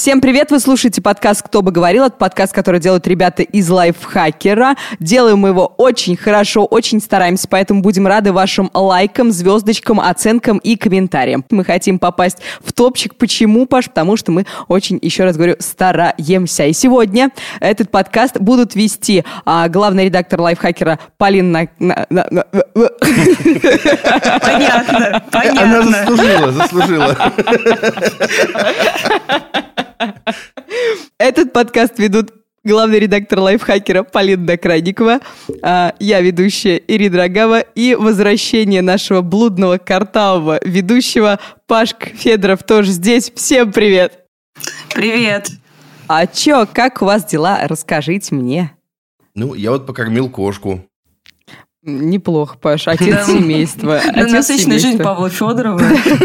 Всем привет, вы слушаете подкаст «Кто бы говорил». Это подкаст, который делают ребята из Лайфхакера. Делаем мы его очень хорошо, очень стараемся, поэтому будем рады вашим лайкам, звездочкам, оценкам и комментариям. Мы хотим попасть в топчик. Почему, Паш? Потому что мы очень, еще раз говорю, стараемся. И сегодня этот подкаст будут вести главный редактор Лайфхакера Полина... Понятно. Она заслужила. Этот подкаст ведут главный редактор Лайфхакера Полина Докранникова, я ведущая Ирина Рогава и возвращение нашего блудного картавого ведущего Пашка Федоров тоже здесь. Всем привет! Привет! А чё, как у вас дела? Расскажите мне. Ну, я вот покормил кошку. Неплохо, Паш. Отец семейства. Насыщенная жизнь Павла Федорова.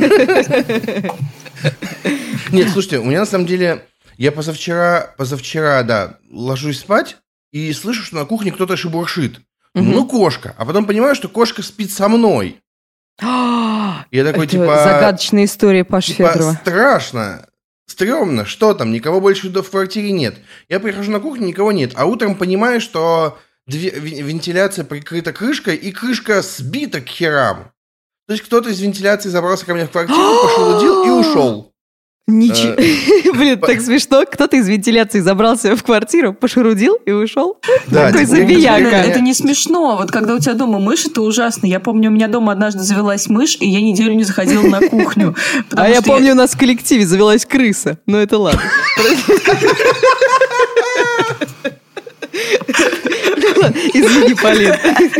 Нет, слушайте, у меня на самом деле... Я позавчера, ложусь спать и слышу, что на кухне кто-то шебуршит. Ну, кошка. А потом понимаю, что кошка спит со мной. Я такой, загадочная история Паши Федорова. Страшно. Стрёмно. Что там? Никого больше в квартире нет. Я прихожу на кухню, никого нет. А утром понимаю, что вентиляция прикрыта крышкой, и крышка сбита к херам. То есть кто-то из вентиляции забрался ко мне в квартиру, пошелудил и ушел. Ничего. Блин, так смешно. Кто-то из вентиляции забрался в квартиру, пошерудил и ушел. Да, такой забияка. Это не смешно. Вот когда у тебя дома мышь, это ужасно. Я помню, у меня дома однажды завелась мышь, и я неделю не заходила на кухню. А я помню, у нас в коллективе завелась крыса. Но это ладно. Извини, Полин.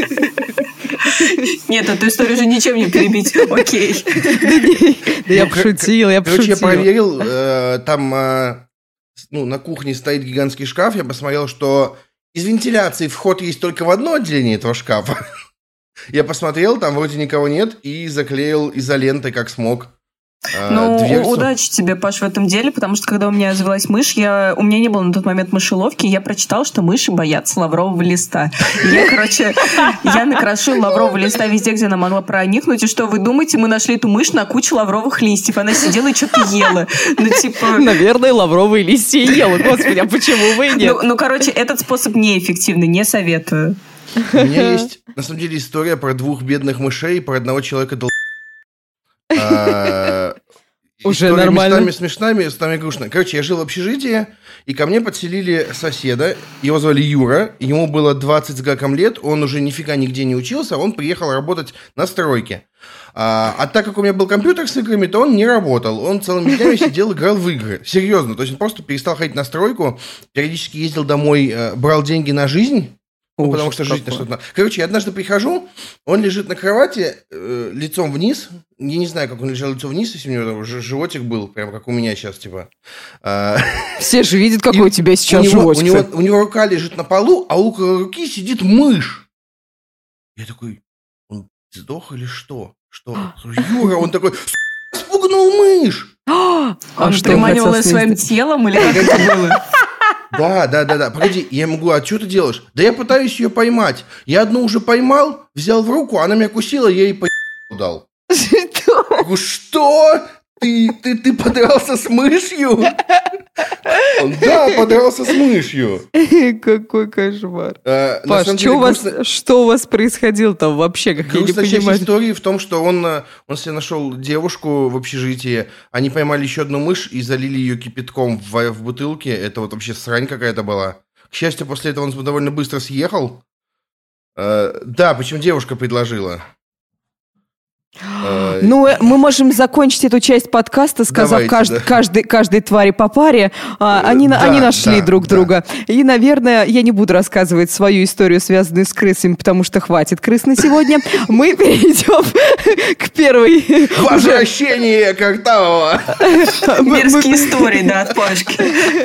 Нет, эту историю же ничем не перебить. Окей. Да я пошутил. Короче, я проверил, там на кухне стоит гигантский шкаф, я посмотрел, что из вентиляции вход есть только в одно отделение этого шкафа. Я посмотрел, там вроде никого нет, и заклеил изолентой, как смог. Дверцу. Удачи тебе, Паш, в этом деле, потому что когда у меня завелась мышь, у меня не было на тот момент мышеловки, я прочитала, что мыши боятся лаврового листа. Я накрошу лаврового листа везде, где она могла проникнуть, и что вы думаете, мы нашли эту мышь на куче лавровых листьев, она сидела и что-то ела. Наверное, лавровые листья ела. Господи, а почему вы нет? Этот способ неэффективный, не советую. У меня есть, на самом деле, история про двух бедных мышей и про одного человека Уже нормально. Местами смешная, местами грустная. Короче, я жил в общежитии, и ко мне подселили соседа. Его звали Юра. Ему было 20 с гаком лет. Он уже нифига нигде не учился. Он приехал работать на стройке. А так как у меня был компьютер с играми, то он не работал. Он целыми днями сидел, играл в игры. Серьезно. То есть он просто перестал ходить на стройку. Периодически ездил домой, брал деньги на жизнь. Потому что жить на что-то... Короче, я однажды прихожу, он лежит на кровати лицом вниз. Я не знаю, как он лежал лицом вниз, если у него животик был, прям как у меня сейчас, типа. Все же видят, какой у тебя сейчас животик. У него рука лежит на полу, а около руки сидит мышь. Я такой, он сдох или что? Что? Юра, он такой, спугнул мышь. Он приманивал ее своим телом или как это было? Да. Погоди, я могу, а что ты делаешь? Да я пытаюсь ее поймать. Я одну уже поймал, взял в руку, она меня кусила, я ей дал. Что? Что? Ты подрался с мышью? Да, подрался с мышью. Какой кошмар. Паш, что у вас происходило там вообще? Как я не понимаю. Грустная часть истории в том, что он себе нашел девушку в общежитии, они поймали еще одну мышь и залили ее кипятком в бутылке. Это вот вообще срань какая-то была. К счастью, после этого он довольно быстро съехал. Да, причем девушка предложила. Ну, мы можем закончить эту часть подкаста, сказав каждой твари по паре. Они нашли друг друга. И, наверное, я не буду рассказывать свою историю, связанную с крысами, потому что хватит крыс на сегодня. Мы перейдем к первой... Возвращение Картавого. Мерзкие истории, да, от Пашки.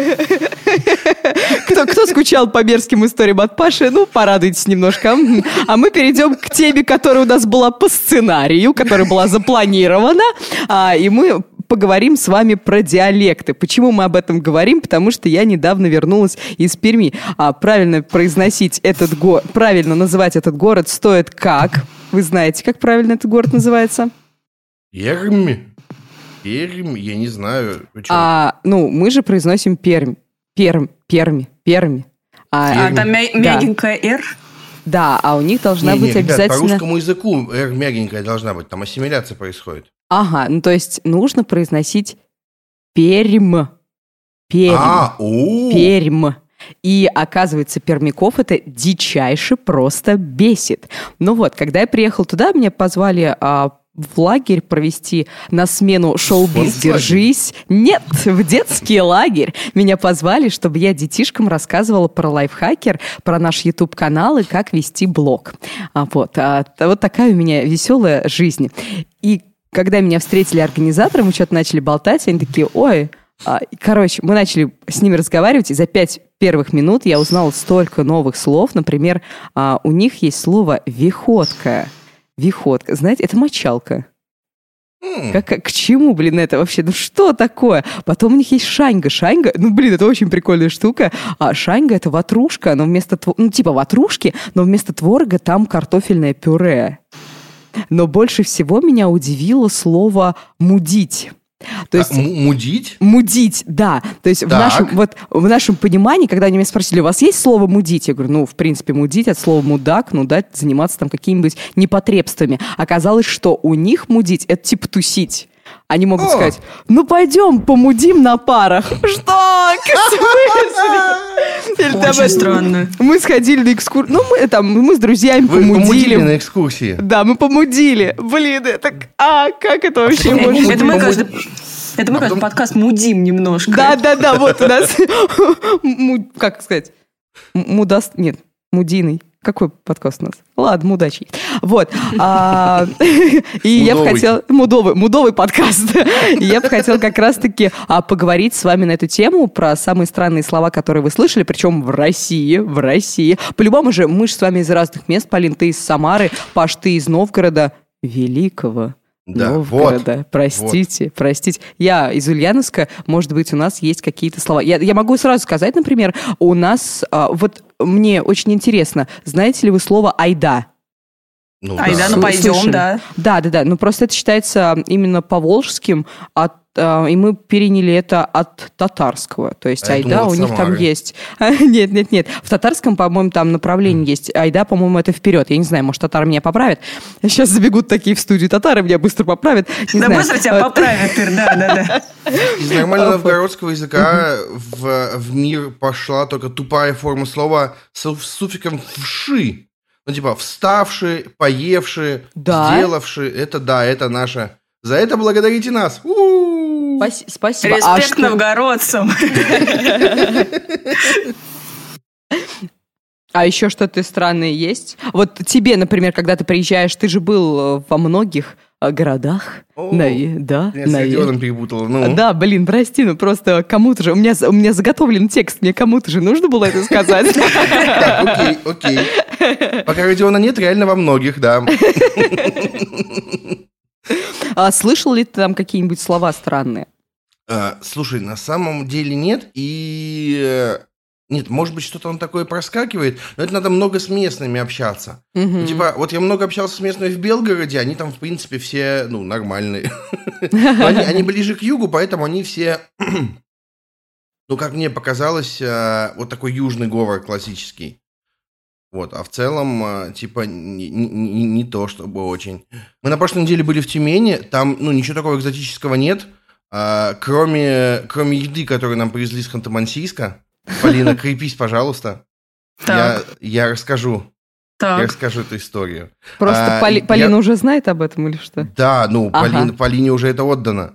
Кто скучал по мерзким историям от Паши, порадуйтесь немножко. А мы перейдем к теме, которая у нас была по сценарию, которая была запланирована, и мы поговорим с вами про диалекты. Почему мы об этом говорим? Потому что я недавно вернулась из Перми. Правильно произносить этот город, правильно называть этот город стоит как? Вы знаете, как правильно этот город называется? Перми. Пермь, я не знаю. Мы же произносим Пермь. Перми. А там мягенькая «р»? Да, а у них должна быть ребят, обязательно... по русскому языку «р» мягенькая должна быть, там ассимиляция происходит. Ага, то есть нужно произносить Пермь. Пермь. И, оказывается, пермяков это дичайше просто бесит. Ну вот, когда я приехал туда, меня позвали в лагерь провести на смену шоу-биз «Держись». Нет, в детский лагерь. Меня позвали, чтобы я детишкам рассказывала про лайфхакер, про наш YouTube-канал и как вести блог. Вот такая у меня веселая жизнь. И когда меня встретили организаторы, мы что-то начали болтать, они такие, ой... Короче, мы начали с ними разговаривать, и за 5 первых минут я узнала столько новых слов. Например, у них есть слово «виходка». Виходка. Знаете, это мочалка. К чему, это вообще? Ну что такое? Потом у них есть шаньга. Шаньга, это очень прикольная штука. А шаньга — это ватрушка, но вместо... типа ватрушки, но вместо творога там картофельное пюре. Но больше всего меня удивило слово «мудить». То есть, мудить? Мудить, да. То есть в нашем понимании, когда они меня спросили, у вас есть слово «мудить»? Я говорю, в принципе, мудить от слова «мудак», заниматься там какими-нибудь непотребствами. Оказалось, что у них мудить — это типа тусить. Они могут сказать, пойдем помудим на парах. Что? Очень странно. Мы сходили на экскурсию. Мы с друзьями помудили. Вы помудили на экскурсии? Да, мы помудили. Как это вообще может быть? Это мы как подкаст «Мудим» немножко. Да, вот у нас... Как сказать? Нет, мудиный. Какой подкаст у нас? Ладно, мудачий. Вот. И я бы хотела... Мудовый подкаст. И я бы хотела как раз-таки поговорить с вами на эту тему, про самые странные слова, которые вы слышали, причем в России. По-любому же, мы же с вами из разных мест. Полин, ты из Самары, Паш, ты из Новгорода. Великого. Да, Новгорода. Простите. Я из Ульяновска, может быть, у нас есть какие-то слова. Я могу сразу сказать, например, у нас, мне очень интересно, знаете ли вы слово «айда»? Айда, пойдем, слышали? Да. Просто это считается именно поволжским, и мы переняли это от татарского. То есть айда у них там есть. Нет. В татарском, по-моему, там направление есть. Айда, по-моему, это вперед. Я не знаю, может, татары меня поправят. Сейчас забегут такие в студию татары, меня быстро поправят. Быстро тебя поправят, Ир, да. Из нормального новгородского языка в мир пошла только тупая форма слова с суффиксом «вши». Вставший, поевший, сделавший. Это наше. За это благодарите нас. Спасибо. Респект новгородцам. А еще что-то странное есть? Вот тебе, например, когда ты приезжаешь, ты же был во многих городах. Я с регионом перепутал. Да, прости, просто кому-то же... У меня заготовлен текст, мне кому-то же нужно было это сказать. Так, окей. Пока Родиона нет, реально во многих, да. Слышал ли ты там какие-нибудь слова странные? Слушай, на самом деле нет. Нет, может быть, что-то он такое проскакивает, но это надо много с местными общаться. Вот я много общался с местными в Белгороде, они там, в принципе, все, нормальные. Они ближе к югу, поэтому они все, как мне показалось, вот такой южный говор классический. Вот, а в целом, не то, чтобы очень. Мы на прошлой неделе были в Тюмени, там, ничего такого экзотического нет, кроме еды, которую нам привезли с Ханты-Мансийска. Полина, крепись, пожалуйста. Я расскажу. Я расскажу эту историю. Просто Полина уже знает об этом или что? Да, Полине уже это отдано.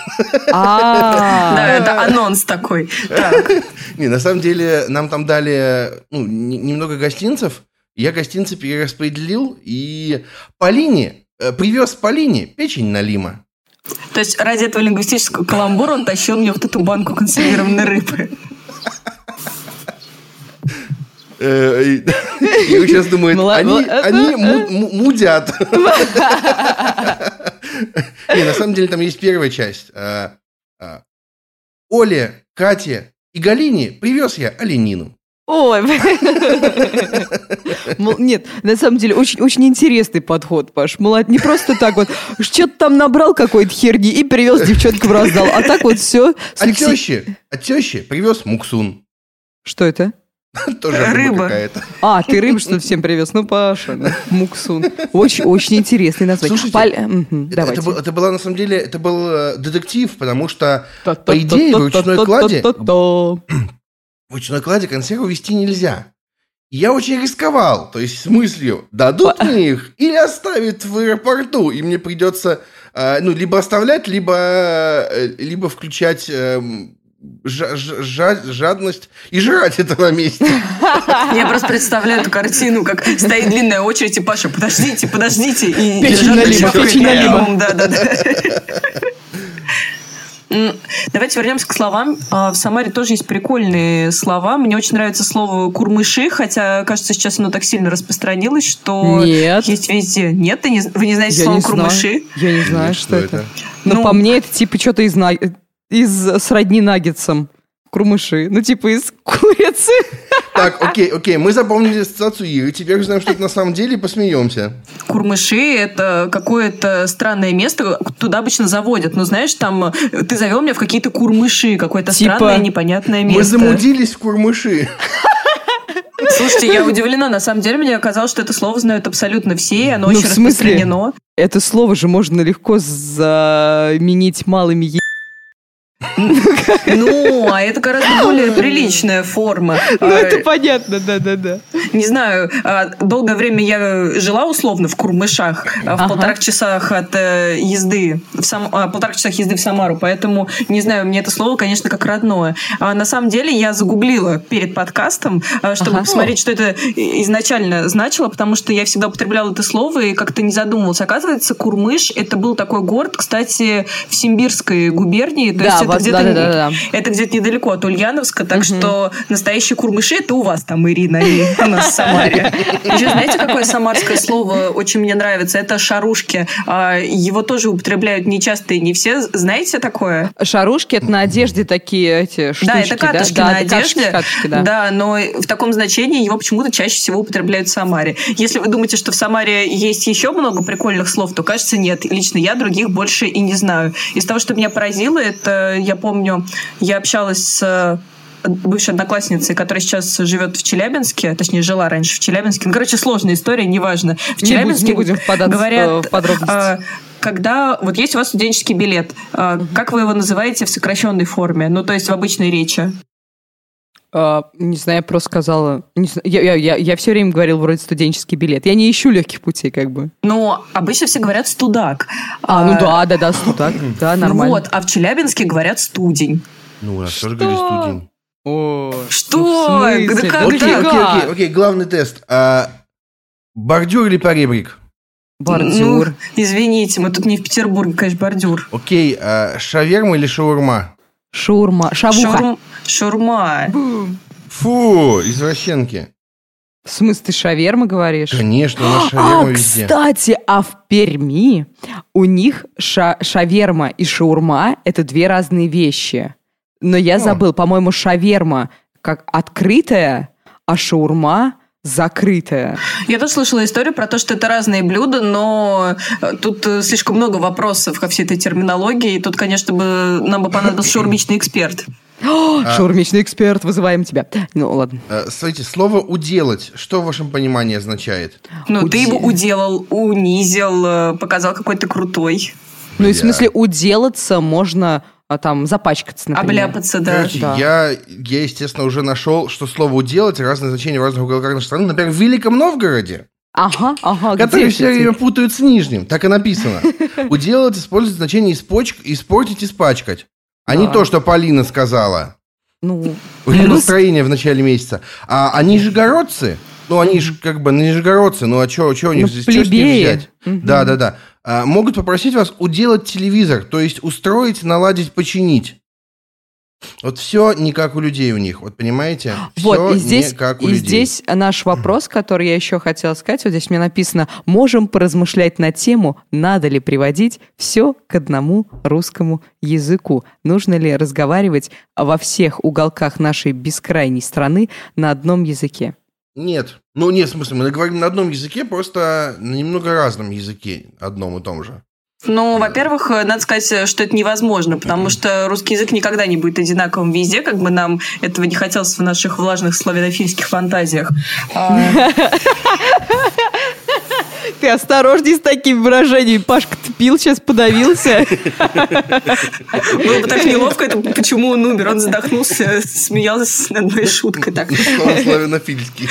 Да, это анонс такой. Не, на самом деле, нам там дали немного гостинцев. Я гостинцы перераспределил, и привез Полине печень налима. То есть ради этого лингвистического каламбура он тащил мне вот эту банку консервированной рыбы. И вы сейчас думаете, они мудят. Не, на самом деле там есть первая часть. Оле, Кате и Галине привез я оленину. Ой, Нет, на самом деле, очень, очень интересный подход, Паш. Мол, не просто так вот, что-то там набрал какой-то херни и привез девчонкам раздал. А так вот все. От тещи привез муксун. Что это? Тоже рыба какая-то. Ты рыбу что-то всем привез? Ну, Паша, муксун. Очень, очень интересный название. Слушайте, это было, на самом деле, это был детектив, потому что, по идее, в ручной кладе консерву вести нельзя. И я очень рисковал, то есть с мыслью, дадут мне их или оставят в аэропорту, и мне придется, либо оставлять, либо включать... жадность и жрать это на месте. Я просто представляю эту картину, как стоит длинная очередь, и Паша, подождите. И печень налима. Да. Давайте вернемся к словам. В Самаре тоже есть прикольные слова. Мне очень нравится слово «курмыши», хотя, кажется, сейчас оно так сильно распространилось, что есть везде. Нет? Вы не знаете слово «курмыши»? Я не знаю, что это. Но по мне это типа что-то из сродни наггетсам. Курмыши. Типа из курицы. Так, окей. Мы запомнили ассоциацию Иры. Теперь знаем, что это на самом деле, и посмеемся. Курмыши – это какое-то странное место, туда обычно заводят. Знаешь, там ты завел меня в какие-то курмыши, какое-то странное, непонятное место. Мы замудились в курмыши. Слушайте, я удивлена. На самом деле, мне казалось, что это слово знают абсолютно все, и оно очень распространено. Это слово же можно легко заменить малыми а это гораздо более приличная форма. Это понятно, да. Не знаю, долгое время я жила условно в Курмышах, в 1,5 часах от езды, 1,5 часах езды в Самару, поэтому, не знаю, мне это слово, конечно, как родное. На самом деле, я загуглила перед подкастом, чтобы посмотреть, что это изначально значило, потому что я всегда употребляла это слово и как-то не задумывалась. Оказывается, Курмыш – это был такой город, кстати, в Симбирской губернии, то есть это где-то недалеко от Ульяновска, так что настоящие курмыши это у вас там, Ирина, и у нас в Самаре. Еще знаете, какое самарское слово очень мне нравится? Это шарушки. Его тоже употребляют нечасто и не все. Знаете такое? Шарушки — это на одежде такие эти штучки, да? Это катышки на одежде. Катышки, да, но в таком значении его почему-то чаще всего употребляют в Самаре. Если вы думаете, что в Самаре есть еще много прикольных слов, то, кажется, нет. Лично я других больше и не знаю. Из того, что меня поразило, это, я помню, я общалась с бывшей одноклассницей, которая сейчас живет в Челябинске, точнее, жила раньше в Челябинске. сложная история, неважно. В Челябинске не будем говорят, в подробности. Когда вот есть у вас студенческий билет, как вы его называете в сокращенной форме? То есть в обычной речи? Не знаю, я просто сказала... Я все время говорила вроде студенческий билет. Я не ищу легких путей, как бы. Обычно все говорят студак. Да, студак. Да, нормально. А в Челябинске говорят студень. У нас тоже говорят студень. Что? Окей, главный тест. Бордюр или поребрик? Бордюр. Извините, мы тут не в Петербурге, конечно, бордюр. Окей, шаверма или шаурма? Шаурма. Шавуха. Шаурма. Фу, извращенки. В смысле, ты шаверма говоришь? Конечно, у нас шаверма везде. Кстати, в Перми у них шаверма и шаурма – это две разные вещи. Но я забыл, по-моему, шаверма как открытая, а шаурма закрытая. Я тоже слышала историю про то, что это разные блюда, но тут слишком много вопросов ко всей этой терминологии, и тут, конечно, нам бы понадобился шаурмичный эксперт. Шаурмичный эксперт, вызываем тебя. Ладно. Смотрите, слово «уделать», что в вашем понимании означает? Ты его уделал, унизил, показал какой ты крутой. И в смысле уделаться можно... запачкаться, например. Обляпаться, да. Короче, я, естественно, уже нашел, что слово «уделать» разные значения в разных уголках нашей страны. Например, в Великом Новгороде, который все время путают с Нижним. Так и написано. «Уделать» использует значение «испортить», «испачкать». А не то, что Полина сказала. У нее настроение в начале месяца. А нижегородцы, они же нижегородцы, а что у них здесь, что с них взять? Да. Могут попросить вас уделать телевизор, то есть устроить, наладить, починить. Вот все не как у людей у них, вот понимаете? Все не как у людей. И здесь наш вопрос, который я еще хотела сказать, вот здесь мне написано: можем поразмышлять на тему, надо ли приводить все к одному русскому языку. Нужно ли разговаривать во всех уголках нашей бескрайней страны на одном языке? Нет. Ну, нет, в смысле, мы говорим на одном языке, просто на немного разном языке, одном и том же. Ну, во-первых, надо сказать, что это невозможно, потому что русский язык никогда не будет одинаковым везде, как бы нам этого не хотелось в наших влажных славянофильских фантазиях. Ты осторожней с такими выражениями. Пашка, ты пил, сейчас подавился. Было бы так неловко, это почему он умер. Он задохнулся, смеялся над моей шуткой. Славянофильский.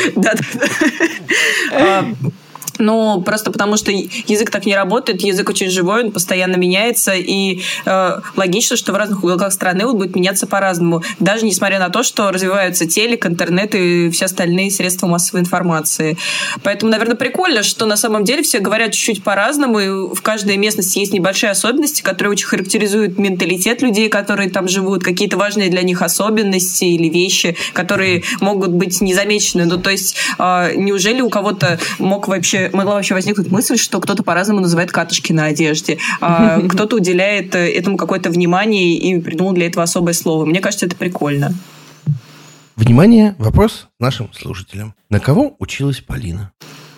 Да. Ну, просто потому что язык так не работает, язык очень живой, он постоянно меняется, и логично, что в разных уголках страны он будет меняться по-разному, даже несмотря на то, что развиваются телек, интернет и все остальные средства массовой информации. Поэтому, наверное, прикольно, что на самом деле все говорят чуть-чуть по-разному, и в каждой местности есть небольшие особенности, которые очень характеризуют менталитет людей, которые там живут, какие-то важные для них особенности или вещи, которые могут быть незамечены. Ну, то есть, неужели у кого-то могла вообще возникнуть мысль, что кто-то по-разному называет катышки на одежде, кто-то уделяет этому какое-то внимание и придумал для этого особое слово. Мне кажется, это прикольно. Внимание, вопрос нашим слушателям. На кого училась Полина?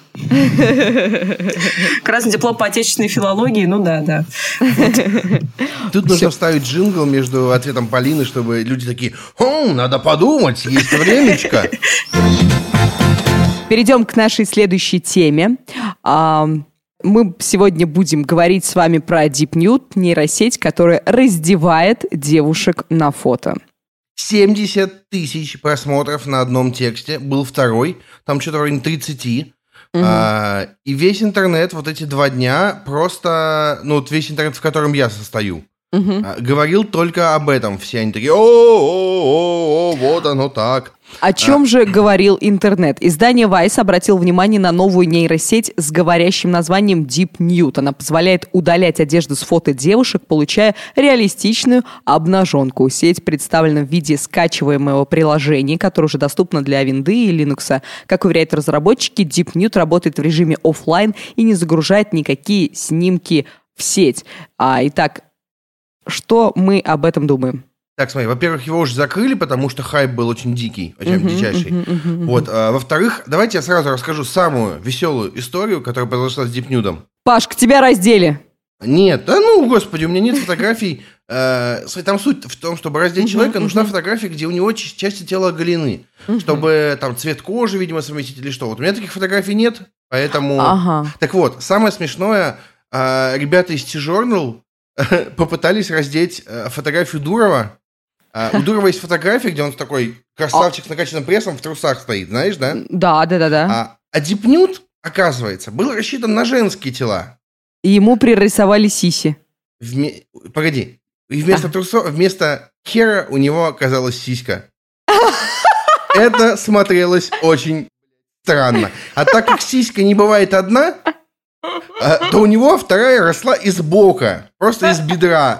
Красный диплом по отечественной филологии, ну да. Тут нужно вставить джингл между ответом Полины, чтобы люди такие: надо подумать, есть времечко. Перейдем к нашей следующей теме. Мы сегодня будем говорить с вами про Deep Nude, нейросеть, которая раздевает девушек на фото. 70 тысяч просмотров на одном тексте. Был второй, там что-то в районе 30. И весь интернет вот эти 2 дня просто... Ну, вот весь интернет, в котором я состою, говорил только об этом. Все они такие: вот оно так. О чем же говорил интернет? Издание Vice обратило внимание на новую нейросеть с говорящим названием Deep Nude. Она позволяет удалять одежду с фото девушек, получая реалистичную обнаженку. Сеть представлена в виде скачиваемого приложения, которое уже доступно для Винды и Linux. Как уверяют разработчики, Deep Nude работает в режиме офлайн и не загружает никакие снимки в сеть. Итак, что мы об этом думаем? Так, смотри, во-первых, его уже закрыли, потому что хайп был очень дикий, очень дичайший. Вот. Во-вторых, давайте я сразу расскажу самую веселую историю, которая произошла с Deep Nude. Пашка, тебя раздели. Нет, господи, у меня нет фотографий. Там суть в том, чтобы раздеть человека, нужна фотография, где у него части тела оголены, чтобы там цвет кожи, видимо, совместить или что. Вот у меня таких фотографий нет, поэтому... Так вот, самое смешное, ребята из T-Journal попытались раздеть фотографию Дурова. У Дурова есть фотография, где он такой красавчик с накачанным прессом в трусах стоит, знаешь, да? Да. А Deep Nude, оказывается, был рассчитан на женские тела. И ему пририсовали сиси. Погоди. И вместо трусов, вместо хера у него оказалась сиська. Это смотрелось очень странно. А так как сиська не бывает одна, то у него вторая росла из бока, просто из бедра.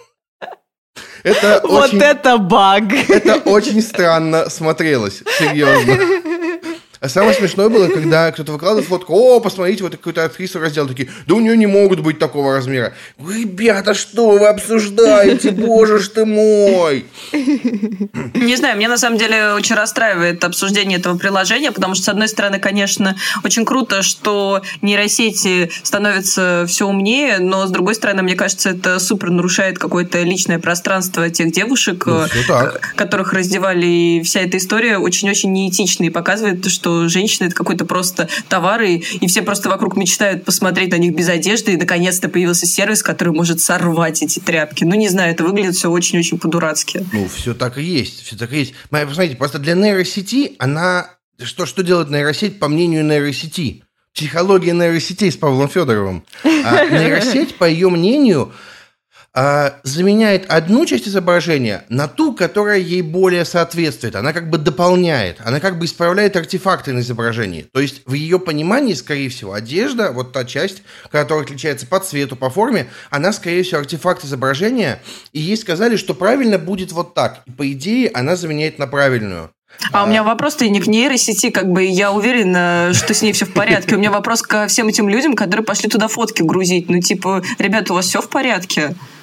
Это вот очень, это баг! Это очень странно смотрелось, серьезно. А самое смешное было, когда кто-то выкладывает фотку: посмотрите, вот какую-то актрису раздел, такие: да у нее не могут быть такого размера. Ребята, что вы обсуждаете? Боже ж ты мой! Не знаю, мне на самом деле очень расстраивает обсуждение этого приложения, потому что, с одной стороны, конечно, очень круто, что нейросети становятся все умнее, но, с другой стороны, мне кажется, это супер нарушает какое-то личное пространство тех девушек, которых раздевали, и вся эта история очень-очень неэтична и показывает, что женщины — это какой-то просто товар, и все просто вокруг мечтают посмотреть на них без одежды, и наконец-то появился сервис, который может сорвать эти тряпки. Ну, не знаю, это выглядит все очень-очень по-дурацки. Ну, все так и есть, все так и есть. Посмотрите, просто для нейросети она... Что делает нейросеть по мнению нейросети? Психология нейросетей с Павлом Федоровым. Нейросеть, по ее мнению, заменяет одну часть изображения на ту, которая ей более соответствует. Она как бы дополняет, она как бы исправляет артефакты на изображении. То есть в ее понимании, скорее всего, одежда, вот та часть, которая отличается по цвету, по форме, она, скорее всего, артефакт изображения. И ей сказали, что правильно будет вот так. И по идее она заменяет на правильную. У меня вопрос-то не к нейросети, как бы я уверена, что с ней все в порядке. У меня вопрос ко всем этим людям, которые пошли туда фотки грузить. Ну, типа, ребята, у вас все в порядке?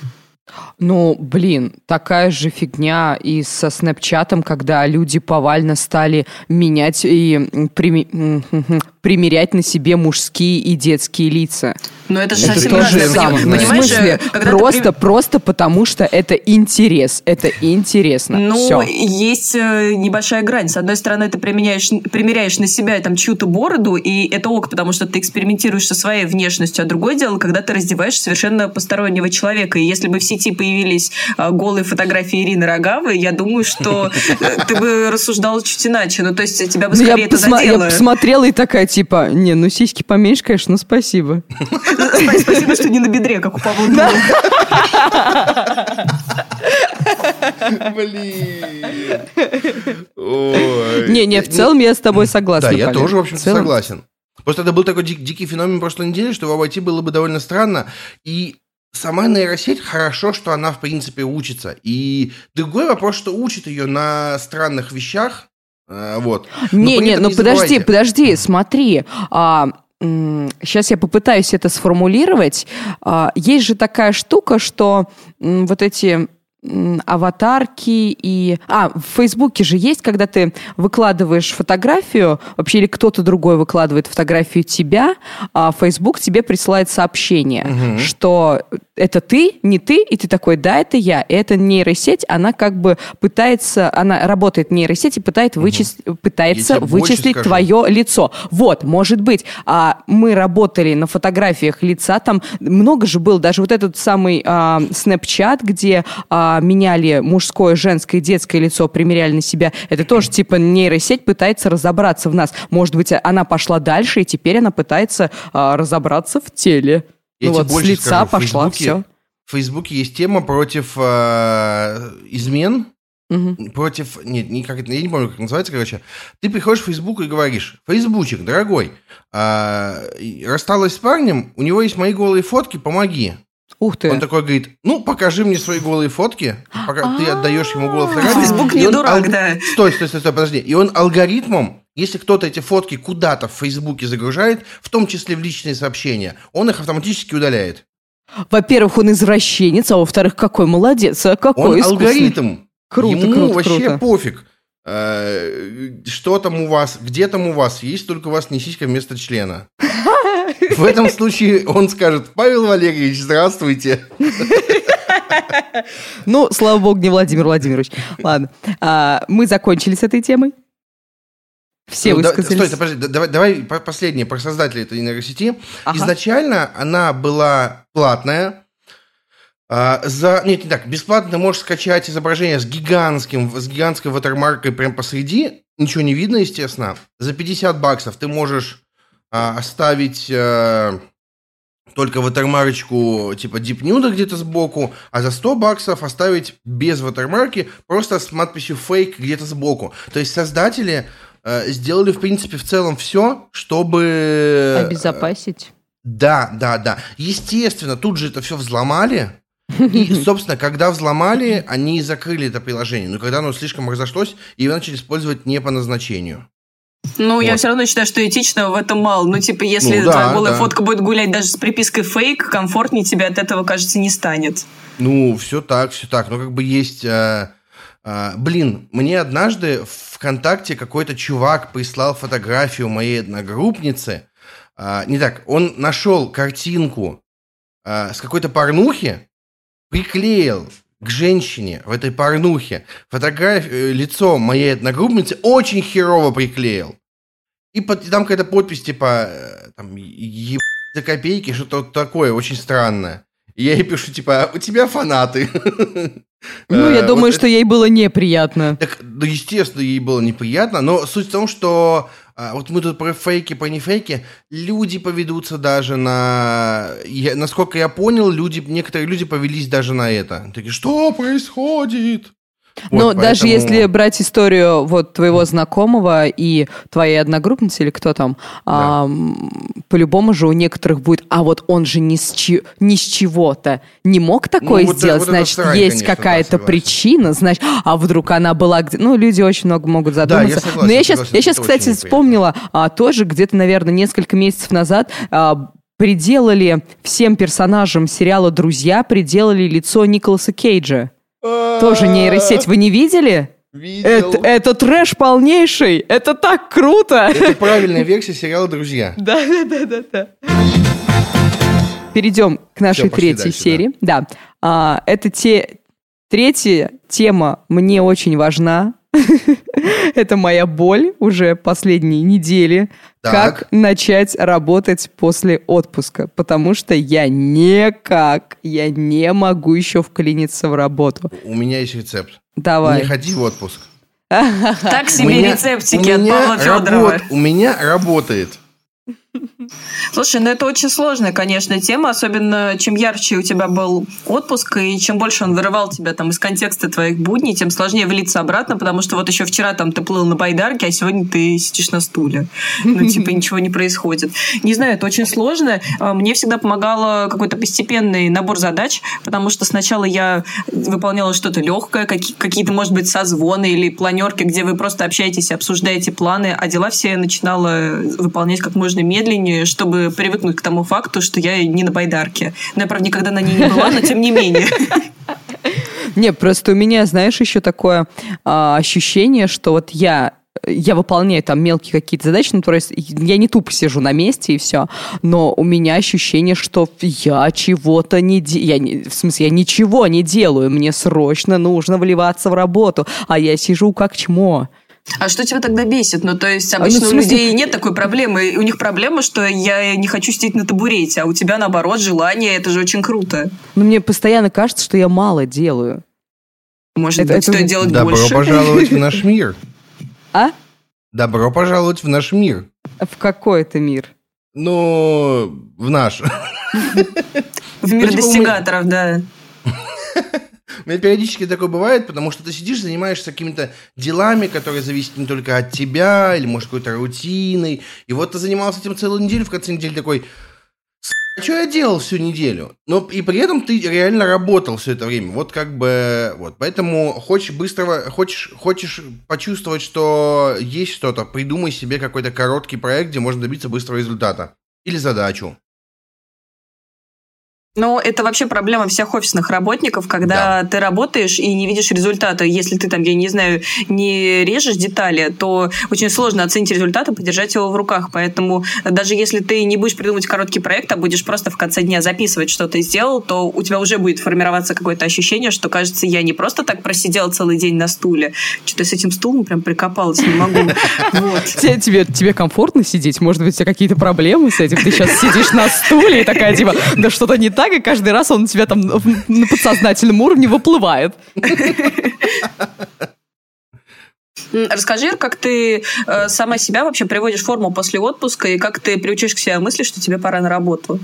Ну, блин, такая же фигня и со Снэпчатом, когда люди повально стали менять и примерять на себе мужские и детские лица. Но это же Это совсем то разное, же самое. понимаешь? В смысле, просто потому что это интерес. Это интересно. Ну, Всё. есть небольшая грань. С одной стороны, ты примеряешь на себя там чью-то бороду, и это ок, потому что ты экспериментируешь со своей внешностью. А другое дело, когда ты раздеваешь совершенно постороннего человека. И если бы в сети появились голые фотографии Ирины Рогавой, я думаю, что ты бы рассуждала чуть иначе. Ну, то есть тебя бы скорее это задело. Я посмотрела и такая, типа, не, ну сиськи поменьше, конечно, но спасибо. Спасибо, что не на бедре, как у Павла Дура. Блин. Не, в целом я с тобой согласна. Да, я Полин. тоже, в общем-то, согласен. Просто это был такой дикий феномен прошлой недели, что его обойти было бы довольно странно. И сама нейросеть, хорошо, что она, в принципе, учится. И другой вопрос, что учит ее на странных вещах. Вот. Подожди, смотри. Сейчас я попытаюсь это сформулировать. Есть же такая штука, что вот эти аватарки и... в Фейсбуке же есть, когда ты выкладываешь фотографию, вообще или кто-то другой выкладывает фотографию тебя, а Фейсбук тебе присылает сообщение, что это ты, не ты, и ты такой, да, это я. И эта нейросеть, она как бы пытается... Она работает в нейросети, пытается вычислить твое лицо. Вот, может быть. Мы работали на фотографиях лица, там много же было, даже вот этот самый Snapchat, где меняли мужское, женское, детское лицо, примеряли на себя. Это тоже типа нейросеть пытается разобраться в нас. Может быть, она пошла дальше, и теперь она пытается разобраться в теле. Я тебе больше с лица скажу, пошла, все. В Фейсбуке есть тема против измен, против... Нет, я не помню, как называется, короче. Ты приходишь в Фейсбук и говоришь: «Фейсбучик, дорогой, рассталась с парнем, у него есть мои голые фотки, помоги». Ух ты. Он такой говорит: ну, покажи мне свои голые фотки, пока ты отдаешь ему голые фотографии. Фейсбук не дурак, да. Стой, подожди. И он алгоритмом, если кто-то эти фотки куда-то в Фейсбуке загружает, в том числе в личные сообщения, он их автоматически удаляет. Во-первых, он извращенец, а во-вторых, какой молодец, какой он искусный. Алгоритм. Ему вообще круто. пофиг, что там у вас, где там у вас, есть только у вас не сиська вместо члена. В этом случае он скажет: Павел Валерьевич, здравствуйте. Ну, слава богу, не Владимир Владимирович. Ладно, мы закончили с этой темой. Все высказались. Стой, подожди, давай последнее про создателя этой нейросети. Изначально она была платная. Бесплатно ты можешь скачать изображение с гигантской ватермаркой прям посреди. Ничего не видно, естественно. За $50 ты можешь оставить только ватермарочку типа дипнюда где-то сбоку, а за $100 оставить без ватермарки, просто с надписью «фейк» где-то сбоку. То есть создатели сделали, в принципе, в целом все, чтобы... Обезопасить. Да. Естественно, тут же это все взломали. И, собственно, когда взломали, они закрыли это приложение. Но когда оно слишком разошлось, его начали использовать не по назначению. Ну, я все равно считаю, что этично в этом мало. Ну, типа, если твоя голая фотка будет гулять даже с припиской «фейк», комфортнее тебе от этого, кажется, не станет. Ну, все так. Но как бы есть... мне однажды в ВКонтакте какой-то чувак прислал фотографию моей одногруппницы. Он нашел картинку с какой-то порнухи, приклеил к женщине в этой порнухе лицо моей одногруппницы, очень херово приклеил. И там какая-то подпись типа за копейки, что-то такое очень странное. И я ей пишу типа: у тебя фанаты. Ну, я думаю, что ей было неприятно. Так, естественно, ей было неприятно, но суть в том, что вот мы тут про фейки, про нефейки, люди поведутся даже на... насколько я понял, некоторые люди повелись даже на это. Такие: что происходит? Но даже если брать историю вот твоего знакомого и твоей одногруппницы, или кто там, по-любому же у некоторых будет: а вот он же ни с чего-то не мог такое сделать, значит, есть какая-то причина, значит, а вдруг она была где... Ну, люди очень много могут задуматься. Да, я согласен, но я сейчас, кстати, вспомнила тоже где-то, наверное, несколько месяцев назад приделали всем персонажам сериала «Друзья», приделали лицо Николаса Кейджа. Тоже нейросеть. Вы не видели? Видел. Это трэш полнейший. Это так круто. Это правильная версия сериала «Друзья». Да. Перейдем к нашей третьей серии. Да. Это третья тема мне очень важна. Это моя боль уже последние недели. Так. Как начать работать после отпуска? Потому что я не могу еще вклиниться в работу. У меня есть рецепт. Давай. Не ходи в отпуск. Так себе рецептики от Павла Федорова. У меня работает. Слушай, это очень сложная, конечно, тема, особенно чем ярче у тебя был отпуск, и чем больше он вырывал тебя там из контекста твоих будней, тем сложнее влиться обратно, потому что вот еще вчера там ты плыл на байдарке, а сегодня ты сидишь на стуле. Ничего не происходит. Не знаю, это очень сложно. Мне всегда помогало какой-то постепенный набор задач, потому что сначала я выполняла что-то легкое, какие-то, может быть, созвоны или планерки, где вы просто общаетесь и обсуждаете планы, а дела все я начинала выполнять как можно медленнее, чтобы привыкнуть к тому факту, что я не на байдарке. Но я, правда, никогда на ней не была, но тем не менее. Не, просто у меня, знаешь, еще такое ощущение, что вот я выполняю там мелкие какие-то задачи, ну, то есть я не тупо сижу на месте и все, но у меня ощущение, что я чего-то не делаю, в смысле, я ничего не делаю, мне срочно нужно вливаться в работу, а я сижу как чмо. А что тебя тогда бесит? Ну, то есть, обычно у людей нет такой проблемы. У них проблема, что я не хочу сидеть на табурете, а у тебя, наоборот, желание. Это же очень круто. Но мне постоянно кажется, что я мало делаю. Может быть, стоит делать Добро больше? Добро пожаловать в наш мир. А? Добро пожаловать в наш мир. В какой это мир? Ну, в наш. В мир достигаторов, да. У меня периодически такое бывает, потому что ты сидишь, занимаешься какими-то делами, которые зависят не только от тебя, или, может, какой-то рутиной. И вот ты занимался этим целую неделю, в конце недели такой, а что я делал всю неделю? Но и при этом ты реально работал все это время. Вот как бы, вот. Поэтому хочешь почувствовать, что есть что-то, придумай себе какой-то короткий проект, где можно добиться быстрого результата. Или задачу. Но это вообще проблема всех офисных работников, когда ты работаешь и не видишь результата. Если ты там, я не знаю, не режешь детали, то очень сложно оценить результат и подержать его в руках. Поэтому даже если ты не будешь придумывать короткий проект, а будешь просто в конце дня записывать, что ты сделал, то у тебя уже будет формироваться какое-то ощущение, что, кажется, я не просто так просидела целый день на стуле. Что-то с этим стулом прям прикопалась, не могу. Тебе комфортно сидеть? Может быть, у тебя какие-то проблемы с этим? Ты сейчас сидишь на стуле и такая, типа, да что-то не так, и каждый раз он у тебя там на подсознательном уровне выплывает. Расскажи, как ты сама себя вообще приводишь в форму после отпуска, и как ты приучишь к себе мысли, что тебе пора на работу?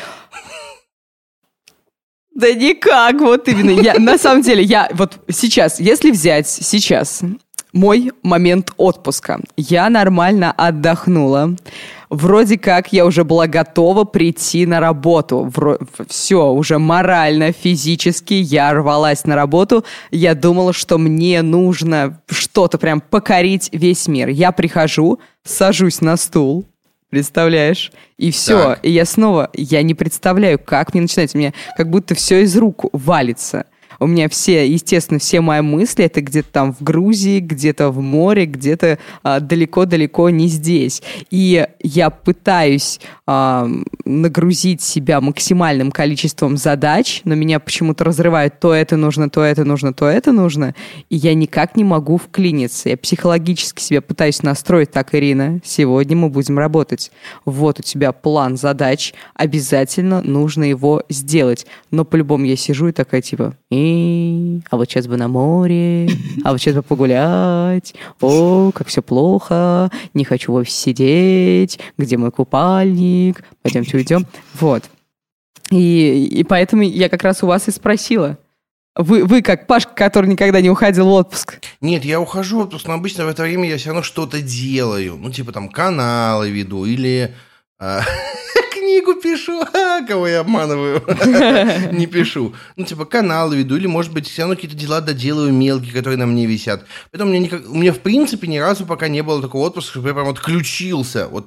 Да никак, вот именно. На самом деле, вот сейчас, если взять сейчас мой момент отпуска, я нормально отдохнула. Вроде как я уже была готова прийти на работу. Все, уже морально, физически я рвалась на работу. Я думала, что мне нужно что-то прям покорить весь мир. Я прихожу, сажусь на стул, представляешь? И все. Так. И я не представляю, как мне начинать. У меня как будто все из рук валится. У меня естественно, все мои мысли, это где-то там в Грузии, где-то в море, где-то далеко-далеко не здесь. И я пытаюсь нагрузить себя максимальным количеством задач, но меня почему-то разрывает то это нужно, то это нужно, то это нужно, и я никак не могу вклиниться. Я психологически себя пытаюсь настроить: так, Ирина, сегодня мы будем работать. Вот у тебя план задач, обязательно нужно его сделать. Но по-любому я сижу и такая типа... а вот сейчас бы на море, а вот сейчас бы погулять, как все плохо, не хочу в офисе сидеть, где мой купальник, пойдемте уйдем. Вот. И поэтому я как раз у вас и спросила. Вы как Пашка, который никогда не уходил в отпуск? Нет, я ухожу в отпуск, но обычно в это время я все равно что-то делаю. Ну, типа там каналы веду или... книгу пишу, кого я обманываю, не пишу. Ну, типа, каналы веду, или, может быть, все равно какие-то дела доделаю мелкие, которые на мне висят. Поэтому у меня, в принципе, ни разу пока не было такого отпуска, чтобы я прям отключился. Вот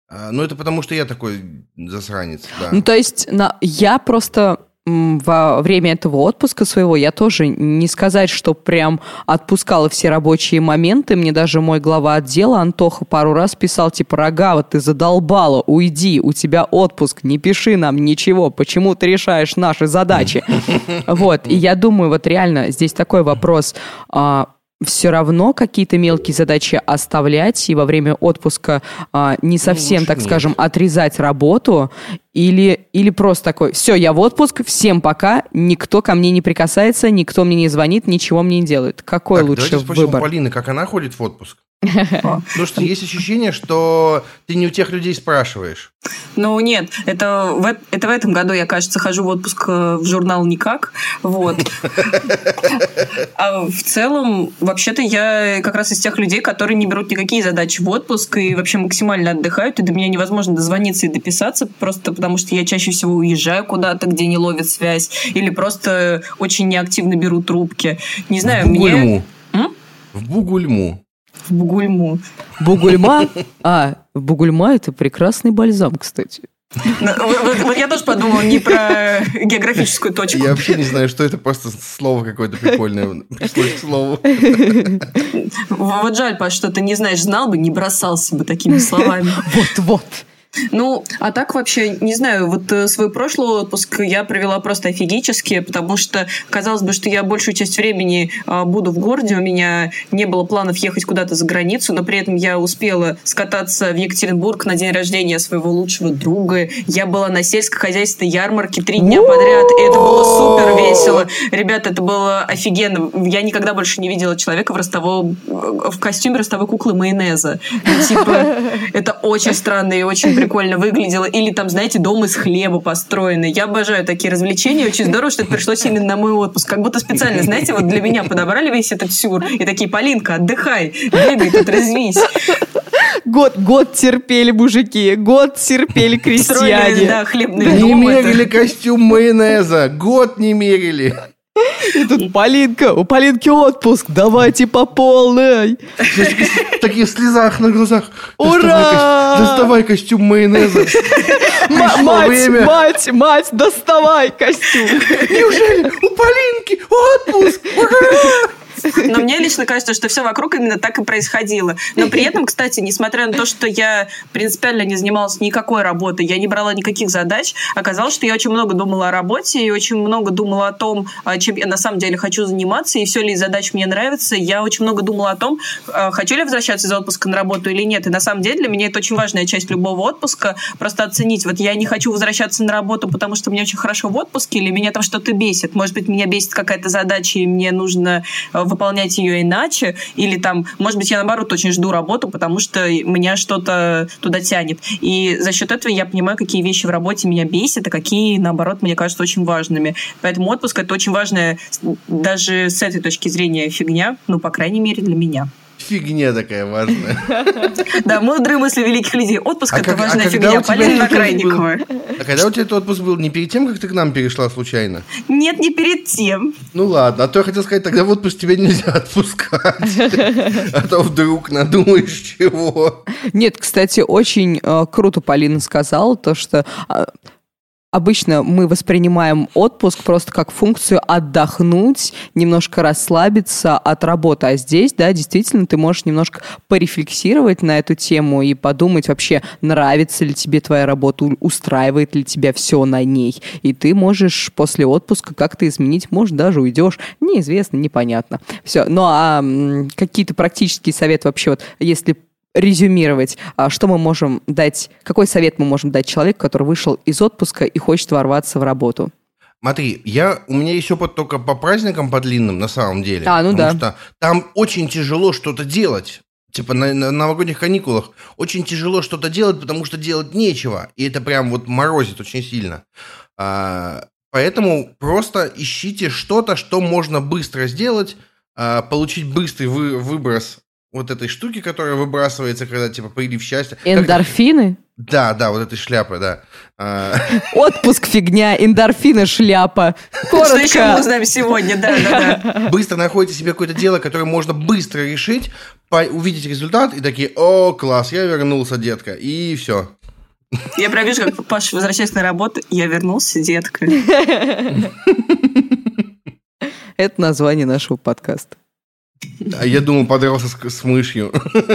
Ну, это потому, что я такой засранец, да. Ну, то есть я просто во время этого отпуска своего, я тоже не сказать, что прям отпускала все рабочие моменты. Мне даже мой глава отдела Антоха пару раз писал, типа, Рогава, ты задолбала, уйди, у тебя отпуск, не пиши нам ничего, почему ты решаешь наши задачи? Вот, и я думаю, вот реально здесь такой вопрос, все равно какие-то мелкие задачи оставлять и во время отпуска не совсем, так скажем, отрезать работу или просто такой, все, я в отпуск, всем пока, никто ко мне не прикасается, никто мне не звонит, ничего мне не делает. Какой так, лучше давайте спросим выбор? у Полины, как она ходит в отпуск. Потому что есть ощущение, что ты не у тех людей спрашиваешь. Ну, нет, это в этом году я, кажется, хожу в отпуск в журнал «Никак». Вот. А в целом, вообще-то, я как раз из тех людей, которые не берут никакие задачи в отпуск и вообще максимально отдыхают, и до меня невозможно дозвониться и дописаться, просто потому что я чаще всего уезжаю куда-то, где не ловит связь, или просто очень неактивно беру трубки. Не знаю, мне... В Бугульму. В Бугульму. Бугульма? Бугульма – это прекрасный бальзам, кстати. Вот я тоже подумала не про географическую точку. Я вообще не знаю, что это, просто слово какое-то прикольное пришлось к слову. Вот жаль, Паш, что ты не знаешь, знал бы, не бросался бы такими словами. Вот-вот. Ну, а так вообще, не знаю, вот свой прошлый отпуск я провела просто офигически, потому что казалось бы, что я большую часть времени буду в городе, у меня не было планов ехать куда-то за границу, но при этом я успела скататься в Екатеринбург на день рождения своего лучшего друга, я была на сельскохозяйственной ярмарке 3 дня подряд, и это было супер весело. Ребята, это было офигенно. Я никогда больше не видела человека в костюме ростовой куклы майонеза. Типа, это очень странно и очень прикольно выглядело. Или там, знаете, дом из хлеба построенный. Я обожаю такие развлечения. Очень здорово, что это пришлось именно на мой отпуск. Как будто специально, знаете, вот для меня подобрали весь этот сюр. И такие, Полинка, отдыхай, бегай тут, резвись. Год терпели мужики, год терпели крестьяне. Строили, да, хлебный дом. Не мерили костюм майонеза, год не мерили. И тут Полинка, у Полинки отпуск, давайте по полной. Такие в слезах на глазах. Ура! Доставай костюм майонеза. Мать, доставай костюм. Неужели у Полинки отпуск? Ура! Но мне лично кажется, что все вокруг именно так и происходило. Но при этом, кстати, несмотря на то, что я принципиально не занималась никакой работой, я не брала никаких задач, оказалось, что я очень много думала о работе и очень много думала о том, чем я на самом деле хочу заниматься, и все ли из задач мне нравится. Я очень много думала о том, хочу ли я возвращаться из отпуска на работу или нет. И на самом деле для меня это очень важная часть любого отпуска, просто оценить. Вот я не хочу возвращаться на работу, потому что мне очень хорошо в отпуске, или меня там что-то бесит. Может быть, меня бесит какая-то задача, и мне нужно выполнять ее иначе, или там, может быть, я, наоборот, очень жду работу, потому что меня что-то туда тянет. И за счет этого я понимаю, какие вещи в работе меня бесят, а какие, наоборот, мне кажутся очень важными. Поэтому отпуск — это очень важная, даже с этой точки зрения, фигня, ну, по крайней мере, для меня. Фигня такая важная. Да, мудрые мысли великих людей. Отпуск — это важная фигня. Полина Крайникова. А когда у тебя этот отпуск был? Не перед тем, как ты к нам перешла случайно? Нет, не перед тем. Ну ладно, а то я хотел сказать, тогда в отпуск тебя нельзя отпускать. А то вдруг надумаешь чего. Нет, кстати, очень круто Полина сказала, то, что... Обычно мы воспринимаем отпуск просто как функцию отдохнуть, немножко расслабиться от работы. А здесь, да, действительно, ты можешь немножко порефлексировать на эту тему и подумать вообще, нравится ли тебе твоя работа, устраивает ли тебя все на ней. И ты можешь после отпуска как-то изменить, может, даже уйдешь. Неизвестно, непонятно. Все. Ну, а какие-то практические советы вообще, вот если резюмировать, что мы можем дать, какой совет мы можем дать человеку, который вышел из отпуска и хочет ворваться в работу? Смотри, у меня есть опыт только по праздникам по длинным, на самом деле. Ну да. Потому что там очень тяжело что-то делать. Типа на новогодних каникулах очень тяжело что-то делать, потому что делать нечего. И это прям вот морозит очень сильно. Поэтому просто ищите что-то, что можно быстро сделать, получить быстрый выброс вот этой штуки, которая выбрасывается, когда, типа, прилив счастья. Эндорфины? Да, вот этой шляпы, да. Отпуск фигня, эндорфины шляпа. Коротко. Что еще мы узнаем сегодня, да. Быстро находите себе какое-то дело, которое можно быстро решить, увидеть результат и такие: о, класс, я вернулся, детка, и все. Я прям вижу, как Паша возвращается на работу, я вернулся, детка. Это название нашего подкаста. А я думал, подрался с мышью.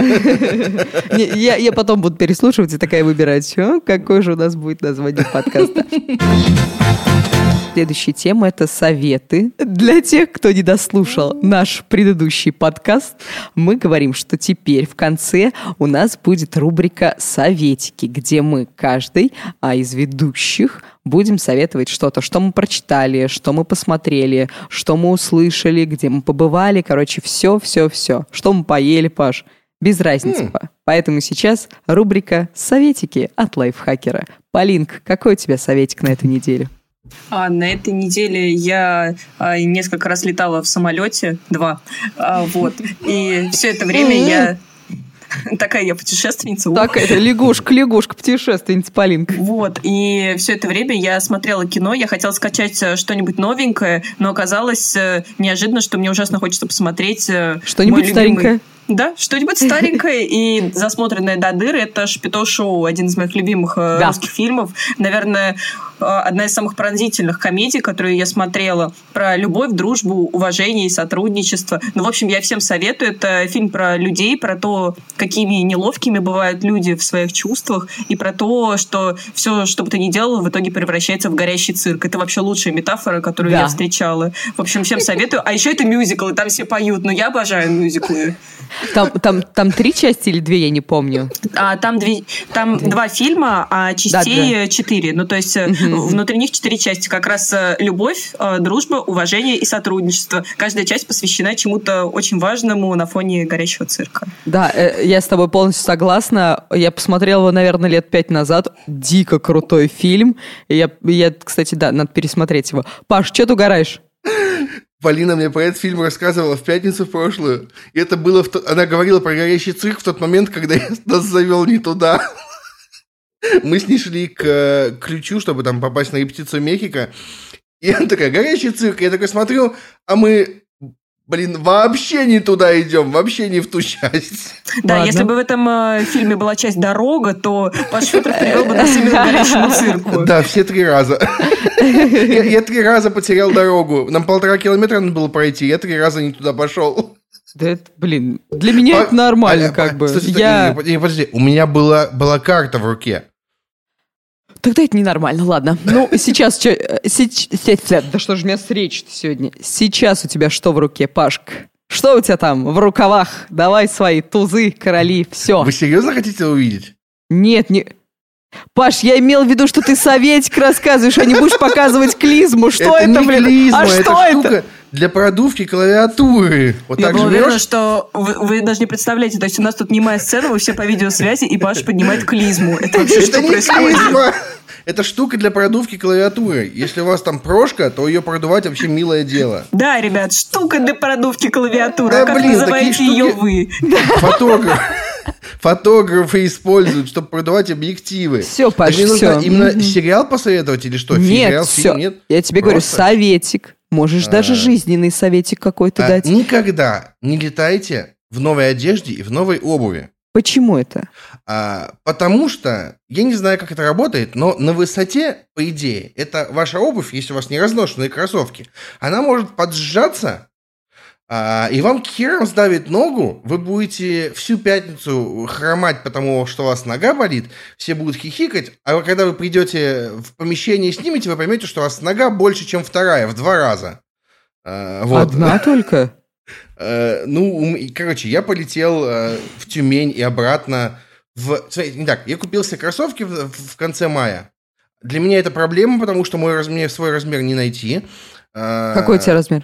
Я потом буду переслушивать и такая выбирать, какое же у нас будет название подкаста. Следующая тема – это советы. Для тех, кто не дослушал наш предыдущий подкаст, мы говорим, что теперь в конце у нас будет рубрика «Советики», где мы каждый из ведущих будем советовать что-то, что мы прочитали, что мы посмотрели, что мы услышали, где мы побывали. Короче, все. Что мы поели, Паш. Без разницы. Поэтому сейчас рубрика «Советики» от лайфхакера. Полинка, какой у тебя советик на эту неделю? На этой неделе я несколько раз летала в самолете, 2, вот, и все это время я... Такая я путешественница. Такая лягушка, путешественница Полинка. Вот, и все это время я смотрела кино, я хотела скачать что-нибудь новенькое, но оказалось неожиданно, что мне ужасно хочется посмотреть... Что-нибудь старенькое? Да, что-нибудь старенькое и засмотренное до дыры. Это «Шапито-шоу», один из моих любимых русских фильмов. Наверное, одна из самых пронзительных комедий, которые я смотрела. Про любовь, дружбу, уважение и сотрудничество. Ну, в общем, я всем советую. Это фильм про людей, про то, какими неловкими бывают люди в своих чувствах, и про то, что все, что бы ты ни делала, в итоге превращается в горящий цирк. Это вообще лучшая метафора, которую я встречала. В общем, всем советую. А еще это мюзикл, и там все поют. Но я обожаю мюзиклы. Там 3 части или 2, я не помню. Там 2 фильма, а частей 4. Ну, то есть внутри них 4 части. Как раз любовь, дружба, уважение и сотрудничество. Каждая часть посвящена чему-то очень важному на фоне горящего цирка. Да, я с тобой полностью согласна. Я посмотрела его, наверное, лет 5 назад. Дико крутой фильм. Я, кстати, да, надо пересмотреть его. Паш, что ты угораешь? Полина мне про этот фильм рассказывала в пятницу в прошлую. И это было... Она говорила про горящий цирк в тот момент, когда я нас завел не туда. Мы с ней шли к ключу, чтобы там попасть на репетицию Мехико. И она такая: горящий цирк. Я такой смотрю, а мы... вообще не туда идем, вообще не в ту часть. Да, ладно. Если бы в этом фильме была часть «Дорога», то Паш Федоров привел бы нас именно к горящему цирку. Да, все 3 раза. Я 3 раза потерял дорогу. Нам 1,5 километра надо было пройти, я 3 раза не туда пошел. Да это, для меня это нормально, как бы. Подожди, у меня была карта в руке. Тогда это ненормально, ладно. Ну, сейчас... Да что же у меня с речью сегодня? Сейчас у тебя что в руке, Пашка? Что у тебя там в рукавах? Давай свои тузы, короли, все. Вы серьезно хотите увидеть? Нет, не... Паш, я имел в виду, что ты советик рассказываешь, а не будешь показывать клизму. Что это, блин? Клизма, а что это? Штука для продувки клавиатуры. Вот я была уверена, что вы даже не представляете. То есть у нас тут немая сцена, вы все по видеосвязи, и Паша поднимает клизму. Это вообще что происходит? Это штука для продувки клавиатуры. Если у вас там прошка, то ее продувать вообще милое дело. Да, ребят, штука для продувки клавиатуры. Да, как называете ее вы? Фотографы используют, чтобы продавать объективы. Все, Паш, все. Нужно именно сериал посоветовать или что? Нет, все. Нет? Я тебе говорю, советик. Можешь даже жизненный советик какой-то дать. Никогда не летайте в новой одежде и в новой обуви. Почему это? Потому что, я не знаю, как это работает, но на высоте, по идее, это ваша обувь, если у вас не разношенные кроссовки, она может поджаться, и вам к херам сдавит ногу, вы будете всю пятницу хромать, потому что у вас нога болит, все будут хихикать, а когда вы придете в помещение и снимете, вы поймете, что у вас нога больше, чем вторая, в 2 раза. Вот. Одна только? Короче, я полетел в Тюмень и обратно. Я купил себе кроссовки в конце мая. Для меня это проблема, потому что мне свой размер не найти. Какой у тебя размер?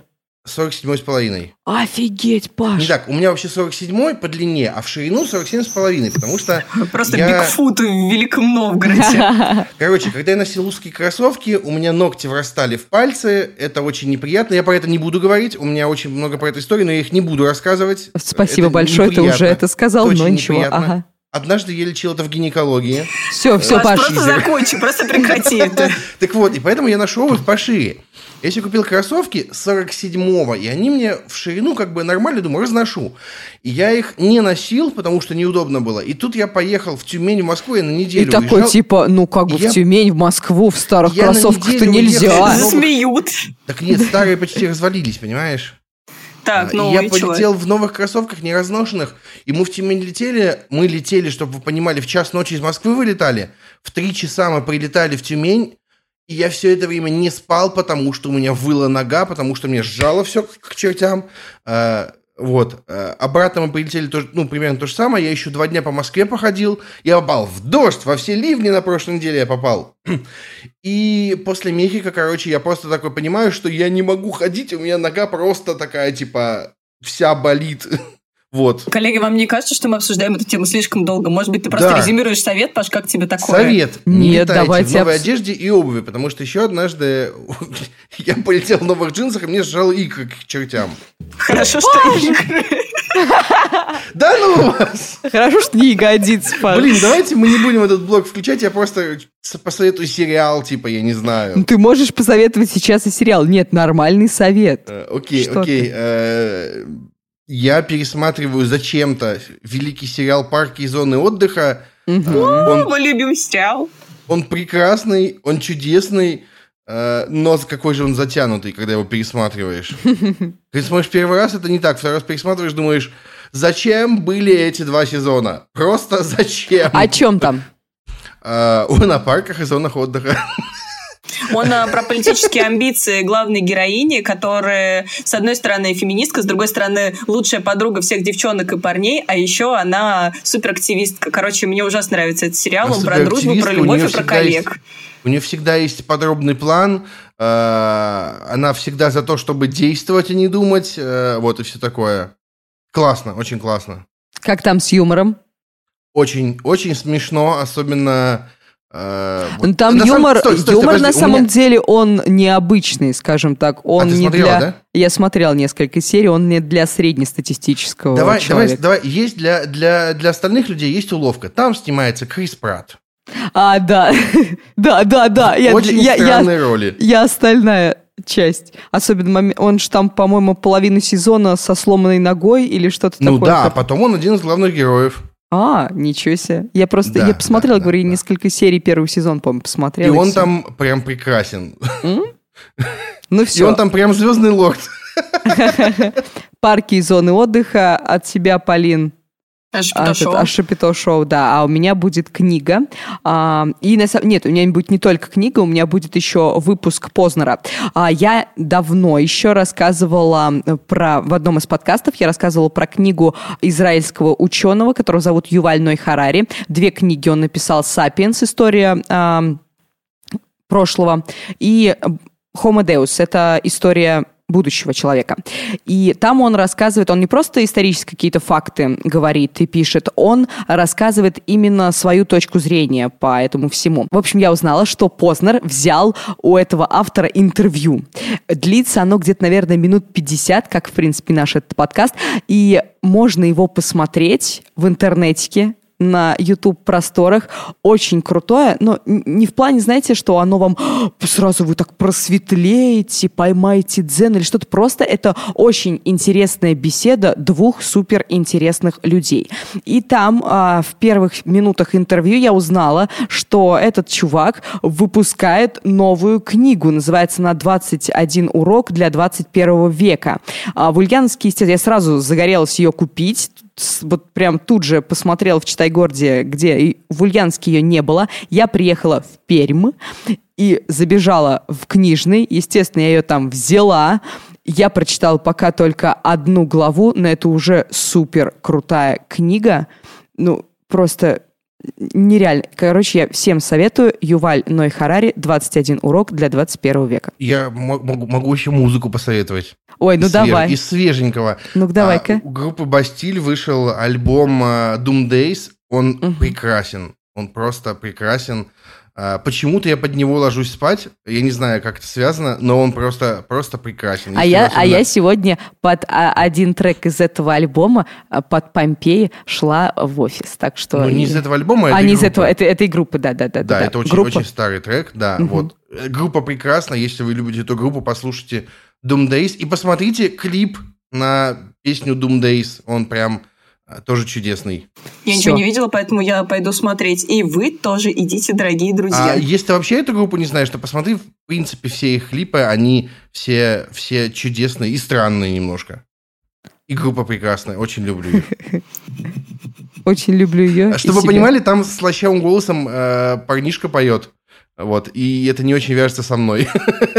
47,5. Офигеть, Паш. Не так, у меня вообще 47 по длине, а в ширину 47,5, потому что Просто Бигфут в Великом Новгороде. Короче, когда я носил узкие кроссовки, у меня ногти врастали в пальцы, это очень неприятно, я про это не буду говорить, у меня очень много про эту историю, но я их не буду рассказывать. Спасибо большое, ты уже это сказал, но ничего. Ага. Однажды я лечил это в гинекологии. Все, Паш. Просто закончи, просто прекрати это. Так вот, и поэтому я ношу обувь пошире. Я себе купил кроссовки 47-го, и они мне в ширину как бы нормально, думаю, разношу. И я их не носил, потому что неудобно было. И тут я поехал в Тюмень, в Москву, я на неделю уезжал. И такой, типа, в Тюмень, в Москву, в старых кроссовках-то нельзя. Засмеют. Так нет, старые почти развалились, понимаешь? Так, и я полетел в новых кроссовках, не разношенных, и мы в Тюмень летели, чтобы вы понимали, в час ночи из Москвы вылетали, в 3 часа мы прилетали в Тюмень, и я все это время не спал, потому что у меня выла нога, потому что мне сжало все к чертям. Обратно мы прилетели тоже, примерно то же самое. Я еще 2 дня по Москве походил. Я попал в дождь, во все ливни на прошлой неделе я попал. И после Мехико, я просто такой понимаю, что я не могу ходить, у меня нога просто такая, типа, вся болит. Вот. Коллеги, вам не кажется, что мы обсуждаем эту тему слишком долго? Может быть, ты просто резюмируешь совет, Паш, как тебе такое? Совет. Не летайте в новой одежде и обуви, потому что еще однажды я полетел в новых джинсах, и мне сжало икры к чертям. Хорошо, что икры. Да ну вас! Хорошо, что не ягодицы, Паш. Блин, давайте мы не будем этот блог включать, я просто посоветую сериал, типа, я не знаю. Ты можешь посоветовать сейчас и сериал. Нет, нормальный совет. Окей. Я пересматриваю зачем-то великий сериал «Парки и зоны отдыха». Мой любимый сериал. Он прекрасный, он чудесный, но какой же он затянутый, когда его пересматриваешь. Когда смотришь первый раз, это не так. Второй раз пересматриваешь, думаешь, зачем были эти 2 сезона? Просто зачем? О чем там? Он о парках и зонах отдыха. Он про политические амбиции главной героини, которая, с одной стороны, феминистка, с другой стороны, лучшая подруга всех девчонок и парней, а еще она суперактивистка. Короче, мне ужасно нравится этот сериал. Он про дружбу, про любовь и про коллег. У нее всегда есть подробный план. Она всегда за то, чтобы действовать, а не думать. Вот и все такое. Классно, очень классно. Как там с юмором? Очень, очень смешно, особенно... Там юмор на самом деле, он необычный, скажем так. Он ты смотрела, да? Я смотрел несколько серий, он не для среднестатистического человека. Давай, есть для остальных людей есть уловка. Там снимается Крис Пратт. Да. Очень странные роли. Я остальная часть. Особенно он же там, по-моему, половину сезона со сломанной ногой или что-то такое. Да, а потом он один из главных героев. Ничего себе. Я посмотрел, говорю, несколько серий первый сезон, по-моему, посмотрел. И он там прям прекрасен. Ну все. И он там прям звездный лорд. Парки и зоны отдыха. От себя, Полин. Шапито шоу, да. А у меня будет книга. Нет, у меня будет не только книга, у меня будет еще выпуск Познера. Я давно еще рассказывала в одном из подкастов, я рассказывала про книгу израильского ученого, которого зовут Юваль Ной Харари. 2 книги он написал: «Сапиенс. История прошлого» и «Homo Deus». Это история будущего человека. И там он рассказывает, он не просто исторические какие-то факты говорит и пишет, он рассказывает именно свою точку зрения по этому всему. В общем, я узнала, что Познер взял у этого автора интервью. Длится оно где-то, наверное, минут 50, как, в принципе, наш этот подкаст, и можно его посмотреть в интернетике, на YouTube-просторах. Очень крутое, но не в плане, знаете, что оно вам сразу вы так просветлеете, поймаете дзен или что-то. Просто это очень интересная беседа 2 суперинтересных людей. И там в первых минутах интервью я узнала, что этот чувак выпускает новую книгу. Называется она «21 урок для 21 века». В Ульяновске, естественно, я сразу загорелась ее купить. Вот прям тут же посмотрела в Читай-городе, где в Ульяновске ее не было. Я приехала в Пермь и забежала в книжный. Естественно, я ее там взяла. Я прочитала пока только 1 главу, но это уже супер крутая книга. Просто нереально. Короче, я всем советую Юваль Ной Харари «21 урок для 21 века». Я могу еще музыку посоветовать. Ой, ну давай. Из свеженького. Ну давай-ка. У группы Бастиль вышел альбом Doom Days. Он прекрасен. Он просто прекрасен. Почему-то я под него ложусь спать. Я не знаю, как это связано, но он просто прекрасен. А я сегодня под один трек из этого альбома, под Помпеи, шла в офис. Так что... Ну, не из этого альбома, а не из этого, этой группы, да. Да, это очень старый трек, да. Вот. Группа прекрасна. Если вы любите эту группу, послушайте Doom Days. И посмотрите клип на песню Doom Days. Он прям... тоже чудесный. Я ничего не видела, поэтому я пойду смотреть. И вы тоже идите, дорогие друзья. Если ты вообще эту группу не знаешь, то посмотри, в принципе, все их клипы, они все чудесные и странные немножко. И группа прекрасная, очень люблю их. Очень люблю ее. Чтобы вы понимали, там с слащавым голосом парнишка поет. Вот, и это не очень вяжется со мной.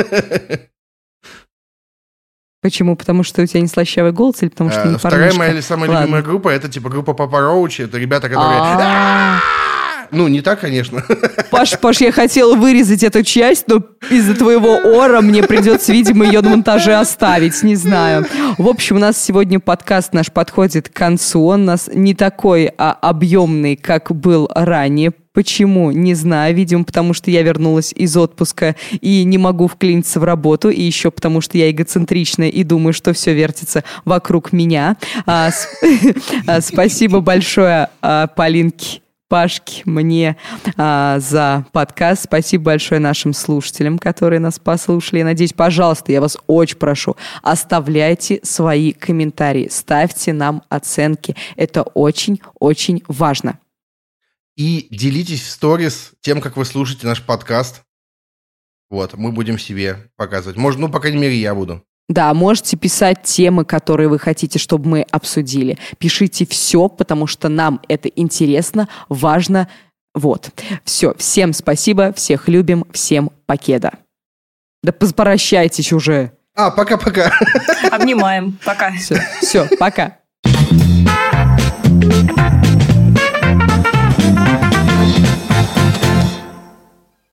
Почему? Потому что у тебя не слащавый голос или потому что не парнишка? Вторая моя самая любимая группа, это типа группа Папа Роуч. Это ребята, которые... Ну, не так, конечно. Паш, я хотела вырезать эту часть, но из-за твоего ора мне придется, видимо, ее на монтаже оставить, не знаю. В общем, у нас сегодня подкаст наш подходит к концу. Он у нас не такой объемный, как был ранее. Почему? Не знаю. Видимо, потому что я вернулась из отпуска и не могу вклиниться в работу. И еще потому, что я эгоцентричная и думаю, что все вертится вокруг меня. Спасибо большое, Полинке, Пашке, мне за подкаст. Спасибо большое нашим слушателям, которые нас послушали. Я надеюсь, пожалуйста, я вас очень прошу, оставляйте свои комментарии, ставьте нам оценки. Это очень-очень важно. И делитесь в сторис тем, как вы слушаете наш подкаст. Вот, мы будем себе показывать. Может, по крайней мере, я буду. Да, можете писать темы, которые вы хотите, чтобы мы обсудили. Пишите все, потому что нам это интересно, важно. Вот. Все. Всем спасибо, всех любим, всем покеда. Да прощайтесь уже. Пока-пока. Обнимаем. Пока. Все, пока.